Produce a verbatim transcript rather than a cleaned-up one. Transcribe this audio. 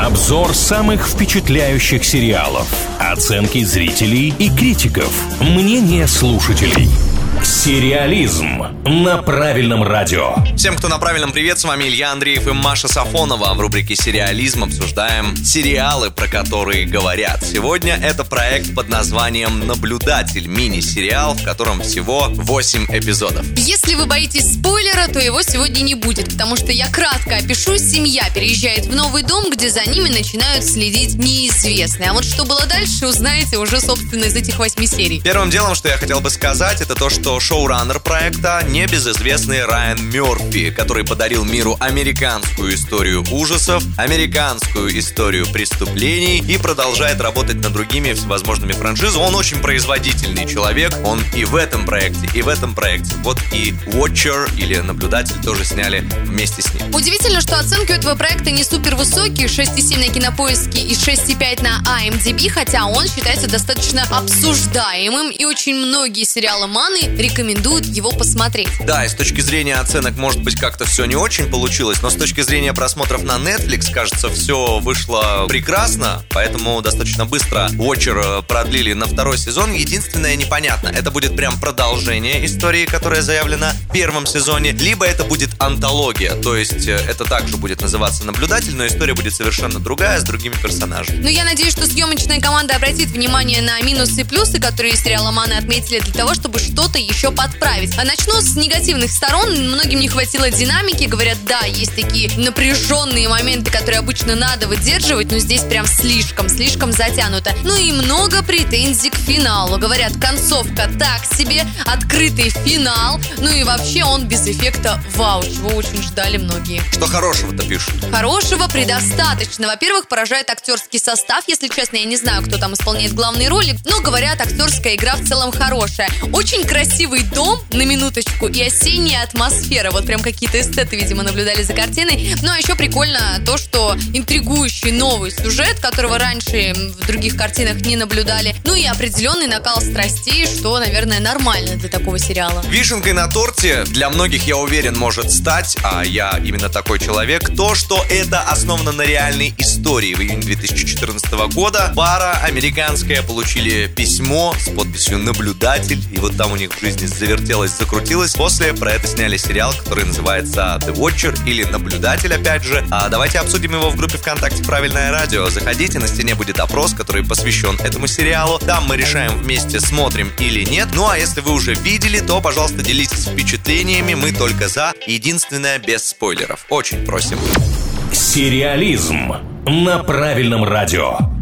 Обзор самых впечатляющих сериалов. Оценки зрителей и критиков. Мнение слушателей. Сериализм на правильном радио. Всем, кто на правильном, привет, с вами Илья Андреев и Маша Сафонова. В рубрике «Сериализм» обсуждаем сериалы, про которые говорят. Сегодня это проект под названием «Наблюдатель», мини-сериал, в котором всего восемь эпизодов. Если вы боитесь спойлера, то его сегодня не будет, потому что я кратко опишу. Семья переезжает в новый дом, где за ними начинают следить неизвестные. А вот что было дальше, узнаете уже, собственно, из этих восьми серий. Первым делом, что я хотел бы сказать, это то, что шоураннер проекта небезызвестный Райан Мерфи, который подарил миру американскую историю ужасов, американскую историю преступлений и продолжает работать над другими всевозможными франшизами. Он очень производительный человек, он и в этом проекте, и в этом проекте. Вот и Watcher или Наблюдатель тоже сняли вместе с ним. Удивительно, что оценки у этого проекта не супер высокие, шесть и семь на Кинопоиске и шесть и пять на ай эм ди би, хотя он считается достаточно обсуждаемым, и очень многие сериалы Маны рекомендуют его посмотреть. Да, и с точки зрения оценок, может быть, как-то все не очень получилось, но с точки зрения просмотров на Netflix, кажется, все вышло прекрасно, поэтому достаточно быстро Watcher продлили на второй сезон. Единственное непонятно, это будет прям продолжение истории, которая заявлена в первом сезоне, либо это будет антология, то есть это также будет называться «Наблюдатель», но история будет совершенно другая, с другими персонажами. Ну, я надеюсь, что съемочная команда обратит внимание на минусы и плюсы, которые сериала Маны отметили, для того, чтобы что-то еще подправить. А начну с негативных сторон. Многим не хватило динамики. Говорят, да, есть такие напряженные моменты, которые обычно надо выдерживать, но здесь прям слишком, слишком затянуто. Ну и много претензий к финалу. Говорят, концовка так себе, открытый финал, ну и вообще он без эффекта вау, чего очень ждали многие. Что хорошего-то пишут? Хорошего предостаточно. Во-первых, поражает актерский состав. Если честно, я не знаю, кто там исполняет главные роли, но, говорят, актерская игра в целом хорошая. Очень красивый дом, на минуточку, и осенняя атмосфера. Вот прям какие-то эстеты, видимо, наблюдали за картиной. Ну, а еще прикольно то, что интригующий новый сюжет, которого раньше в других картинах не наблюдали. Ну и определенный накал страстей, что, наверное, нормально для такого сериала. Вишенкой на торте для многих, я уверен, может стать, а я именно такой человек, то, что это основано на реальной истории. В июне две тысячи четырнадцатого года пара американская получили письмо с подписью «Наблюдатель», и вот там у них в жизни завертелось, закрутилось. После про это сняли сериал, который называется The Watcher или Наблюдатель, опять же. А давайте обсудим его в группе ВКонтакте «Правильное радио». Заходите, на стене будет опрос, который посвящен этому сериалу. Там мы решаем вместе, смотрим или нет. Ну а если вы уже видели, то, пожалуйста, делитесь впечатлениями. Мы только за. Единственное, без спойлеров. Очень просим. Сериализм на правильном радио.